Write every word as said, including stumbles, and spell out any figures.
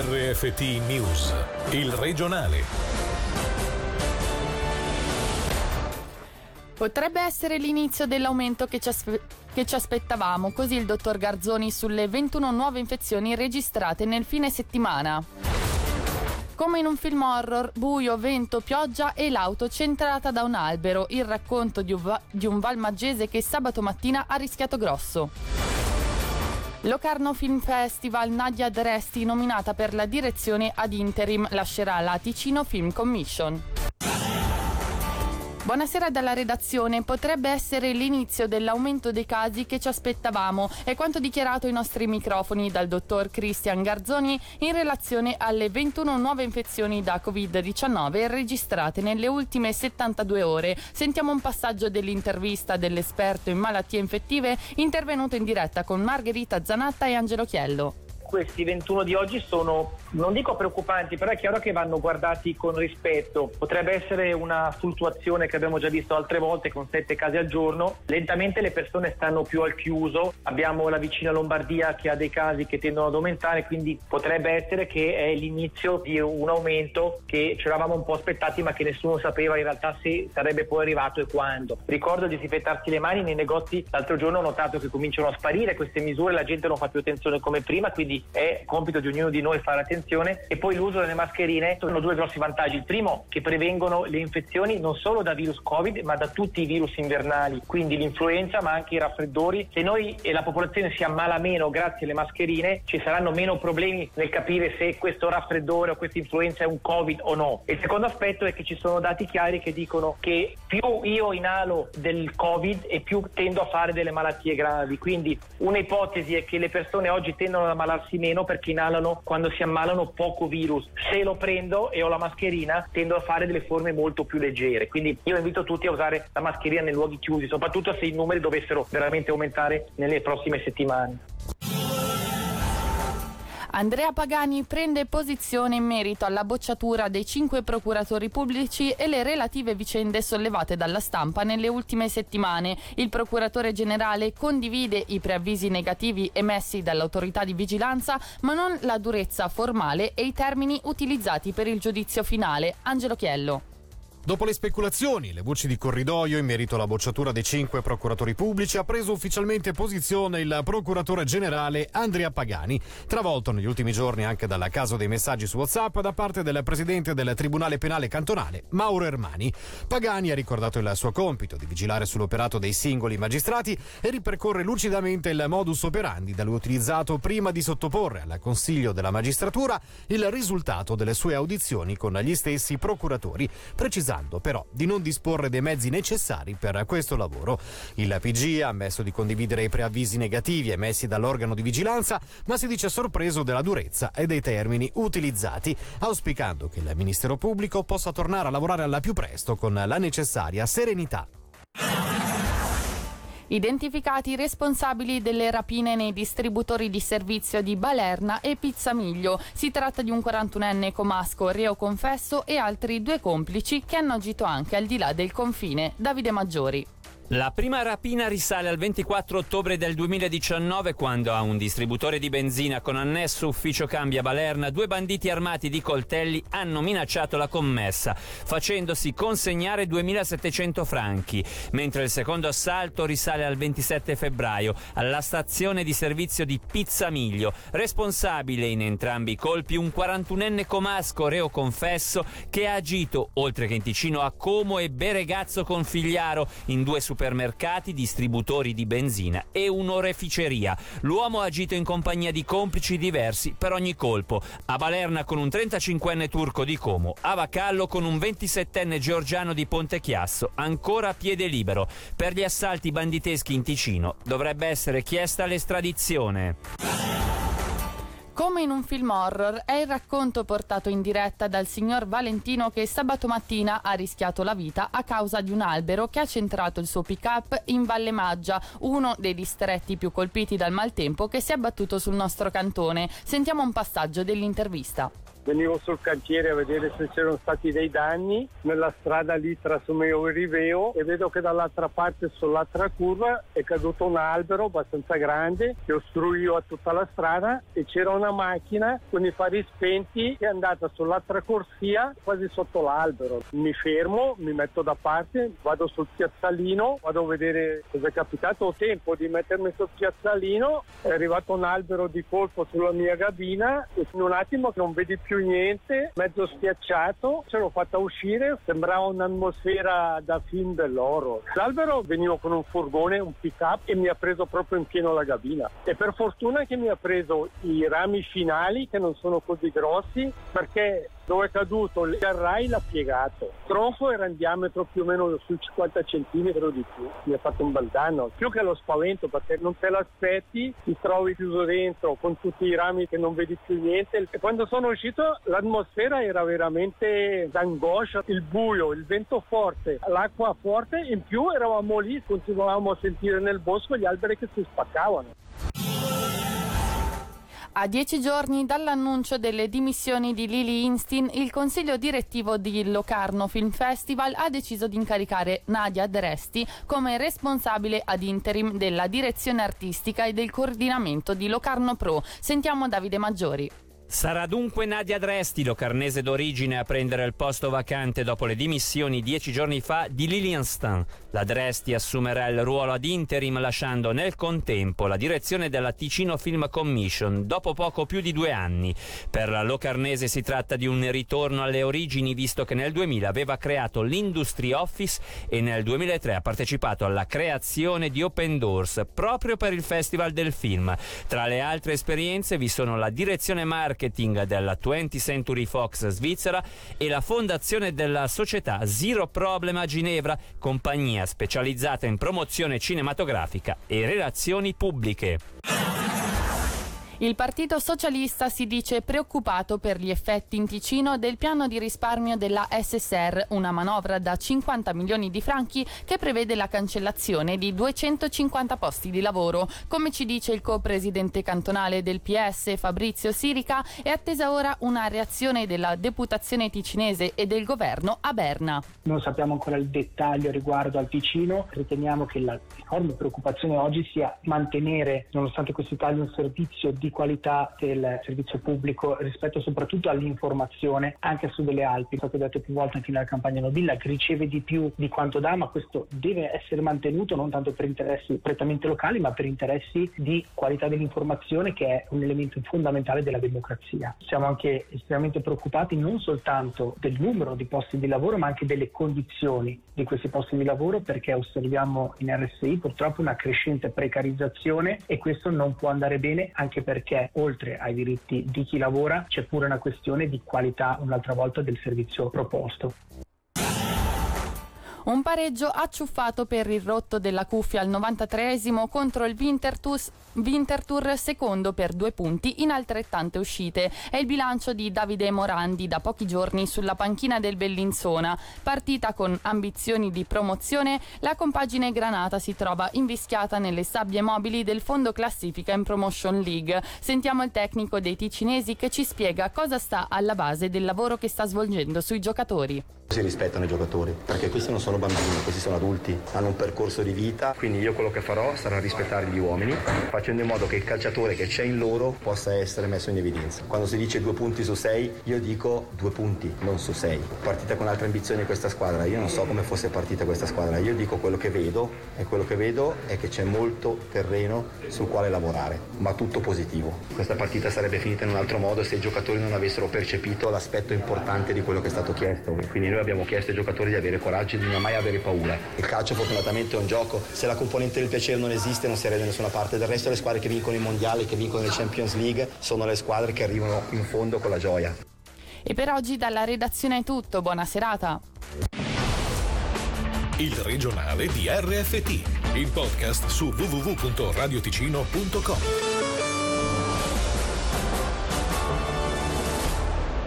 R F T News, il regionale. Potrebbe essere l'inizio dell'aumento che ci, aspe- che ci aspettavamo, così il dottor Garzoni sulle ventuno nuove infezioni registrate nel fine settimana. Come in un film horror, buio, vento, pioggia e l'auto centrata da un albero, il racconto di un, va- di un valmaggese che sabato mattina ha rischiato grosso. Locarno Film Festival, Nadia Dresti nominata per la direzione ad interim, lascerà la Ticino Film Commission. Buonasera dalla redazione. Potrebbe essere l'inizio dell'aumento dei casi che ci aspettavamo, è quanto dichiarato ai nostri microfoni dal dottor Cristian Garzoni in relazione alle ventuno nuove infezioni da covid diciannove registrate nelle ultime settantadue ore. Sentiamo un passaggio dell'intervista dell'esperto in malattie infettive intervenuto in diretta con Margherita Zanatta e Angelo Chiello. Questi ventuno di oggi sono, non dico preoccupanti, però è chiaro che vanno guardati con rispetto. Potrebbe essere una fluttuazione che abbiamo già visto altre volte con sette casi al giorno. Lentamente le persone stanno più al chiuso, abbiamo la vicina Lombardia che ha dei casi che tendono ad aumentare, quindi potrebbe essere che è l'inizio di un aumento che ci eravamo un po' aspettati ma che nessuno sapeva in realtà se sarebbe poi arrivato e quando. Ricordo di disinfettarsi le mani nei negozi. L'altro giorno ho notato che cominciano a sparire queste misure, la gente non fa più attenzione come prima, quindi è compito di ognuno di noi fare attenzione. E poi l'uso delle mascherine sono due grossi vantaggi. Il primo, che prevengono le infezioni non solo da virus Covid ma da tutti i virus invernali, quindi l'influenza ma anche i raffreddori. Se noi e la popolazione si ammala meno grazie alle mascherine ci saranno meno problemi nel capire se questo raffreddore o questa influenza è un Covid o no. E il secondo aspetto è che ci sono dati chiari che dicono che più io inalo del Covid e più tendo a fare delle malattie gravi, quindi un'ipotesi è che le persone oggi tendono ad ammalarsi meno perché inalano, quando si ammalano, poco virus. Se lo prendo e ho la mascherina tendo a fare delle forme molto più leggere, quindi io invito tutti a usare la mascherina nei luoghi chiusi, soprattutto se i numeri dovessero veramente aumentare nelle prossime settimane. Andrea Pagani prende posizione in merito alla bocciatura dei cinque procuratori pubblici e le relative vicende sollevate dalla stampa nelle ultime settimane. Il procuratore generale condivide i preavvisi negativi emessi dall'autorità di vigilanza, ma non la durezza formale e i termini utilizzati per il giudizio finale. Angelo Chiello. Dopo le speculazioni, le voci di corridoio in merito alla bocciatura dei cinque procuratori pubblici, ha preso ufficialmente posizione il procuratore generale Andrea Pagani, travolto negli ultimi giorni anche dal caso dei messaggi su WhatsApp da parte del presidente del Tribunale Penale Cantonale, Mauro Ermani. Pagani ha ricordato il suo compito di vigilare sull'operato dei singoli magistrati e ripercorre lucidamente il modus operandi da lui utilizzato prima di sottoporre al Consiglio della Magistratura il risultato delle sue audizioni con gli stessi procuratori, precisando però di non disporre dei mezzi necessari per questo lavoro. Il P G ha ammesso di condividere i preavvisi negativi emessi dall'organo di vigilanza, ma si dice sorpreso della durezza e dei termini utilizzati, auspicando che il Ministero Pubblico possa tornare a lavorare al più presto con la necessaria serenità. Identificati i responsabili delle rapine nei distributori di servizio di Balerna e Pizzamiglio. Si tratta di un quarantunenne comasco reo confesso e altri due complici che hanno agito anche al di là del confine. Davide Maggiori. La prima rapina risale al ventiquattro ottobre del duemiladiciannove, quando a un distributore di benzina con annesso ufficio cambio a Balerna due banditi armati di coltelli hanno minacciato la commessa, facendosi consegnare duemilasettecento franchi, mentre il secondo assalto risale al ventisette febbraio alla stazione di servizio di Pizzamiglio. Responsabile in entrambi i colpi un quarantunenne comasco reo confesso che ha agito, oltre che in Ticino, a Como e Beregazzo Configliaro, in due supermercati, distributori di benzina e un'oreficeria. L'uomo ha agito in compagnia di complici diversi per ogni colpo: a Balerna con un trentacinquenne turco di Como, a Vacallo con un ventisettenne georgiano di Pontechiasso, ancora a piede libero. Per gli assalti banditeschi in Ticino dovrebbe essere chiesta l'estradizione. Come in un film horror è il racconto portato in diretta dal signor Valentino che sabato mattina ha rischiato la vita a causa di un albero che ha centrato il suo pick-up in Valle Maggia, uno dei distretti più colpiti dal maltempo che si è abbattuto sul nostro cantone. Sentiamo un passaggio dell'intervista. venivo sul cantiere a vedere se c'erano stati dei danni nella strada lì tra Someo e Riveo e vedo che dall'altra parte sull'altra curva è caduto un albero abbastanza grande che ostruiva tutta la strada e c'era una macchina con i fari spenti che è andata sull'altra corsia quasi sotto l'albero. Mi fermo, mi metto da parte, vado sul piazzalino, vado a vedere cosa è capitato. Ho tempo di mettermi sul piazzalino, è arrivato un albero di colpo sulla mia gabina e in un attimo non vedi più niente, mezzo schiacciato, ce l'ho fatta uscire, sembrava un'atmosfera da film dell'horror. L'albero veniva con un furgone, un pick up e mi ha preso proprio in pieno la gabina e per fortuna che mi ha preso i rami finali che non sono così grossi perché dove è caduto il carrai l'ha piegato. Il tronco era in diametro più o meno sui cinquanta centimetri o di più, mi ha fatto un bel danno, più che lo spavento perché non te l'aspetti, ti trovi chiuso dentro con tutti i rami che non vedi più niente e quando sono uscito l'atmosfera era veramente d'angoscia, il buio, il vento forte, l'acqua forte, in più eravamo lì, continuavamo a sentire nel bosco gli alberi che si spaccavano. A dieci giorni dall'annuncio delle dimissioni di Lily Instin, il consiglio direttivo di Locarno Film Festival ha deciso di incaricare Nadia Dresti come responsabile ad interim della direzione artistica e del coordinamento di Locarno Pro. Sentiamo Davide Maggiori. Sarà dunque Nadia Dresti, locarnese d'origine, a prendere il posto vacante dopo le dimissioni dieci giorni fa di Lily Instin. La Dresti assumerà il ruolo ad interim lasciando nel contempo la direzione della Ticino Film Commission dopo poco più di due anni. Per la locarnese si tratta di un ritorno alle origini visto che nel duemila aveva creato l'Industry Office e nel duemilatré ha partecipato alla creazione di Open Doors proprio per il Festival del Film. Tra le altre esperienze vi sono la direzione marketing della twentieth Century Fox Svizzera e la fondazione della società Zero Problem a Ginevra, compagnia specializzata in promozione cinematografica e relazioni pubbliche. Il Partito Socialista si dice preoccupato per gli effetti in Ticino del piano di risparmio della S S R, una manovra da cinquanta milioni di franchi che prevede la cancellazione di duecentocinquanta posti di lavoro. Come ci dice il co-presidente cantonale del P S Fabrizio Sirica, è attesa ora una reazione della deputazione ticinese e del governo a Berna. Non sappiamo ancora il dettaglio riguardo al Ticino, riteniamo che la enorme preoccupazione oggi sia mantenere, nonostante questi tagli, un servizio di qualità del servizio pubblico rispetto soprattutto all'informazione anche su delle Alpi. So che ho detto più volte anche nella campagna Nobilla che riceve di più di quanto dà, ma questo deve essere mantenuto non tanto per interessi prettamente locali ma per interessi di qualità dell'informazione, che è un elemento fondamentale della democrazia. Siamo anche estremamente preoccupati non soltanto del numero di posti di lavoro ma anche delle condizioni di questi posti di lavoro, perché osserviamo in R S I purtroppo una crescente precarizzazione e questo non può andare bene, anche perché oltre ai diritti di chi lavora c'è pure una questione di qualità un'altra volta del servizio proposto. Un pareggio acciuffato per il rotto della cuffia al novantatreesimo contro il Winterthur, Winterthur secondo per due punti in altrettante uscite. È il bilancio di Davide Morandi da pochi giorni sulla panchina del Bellinzona. Partita con ambizioni di promozione, la compagine granata si trova invischiata nelle sabbie mobili del fondo classifica in Promotion League. Sentiamo il tecnico dei ticinesi che ci spiega cosa sta alla base del lavoro che sta svolgendo sui giocatori. Si rispettano i giocatori, perché questi non sono bambini, questi sono adulti, hanno un percorso di vita, quindi io quello che farò sarà rispettare gli uomini, facendo in modo che il calciatore che c'è in loro possa essere messo in evidenza. Quando si dice due punti su sei, io dico due punti, non su sei. Partita con altre ambizioni questa squadra, io non so come fosse partita questa squadra, io dico quello che vedo e quello che vedo è che c'è molto terreno sul quale lavorare, ma tutto positivo. Questa partita sarebbe finita in un altro modo se i giocatori non avessero percepito l'aspetto importante di quello che è stato chiesto, quindi noi abbiamo chiesto ai giocatori di avere coraggio e di non mai avere paura. Il calcio fortunatamente è un gioco, se la componente del piacere non esiste non si arriva da nessuna parte, del resto le squadre che vincono i mondiali, che vincono le Champions League sono le squadre che arrivano in fondo con la gioia. E per oggi dalla redazione è tutto, buona serata. Il regionale di R F T, il podcast su w w w punto radioticino punto com.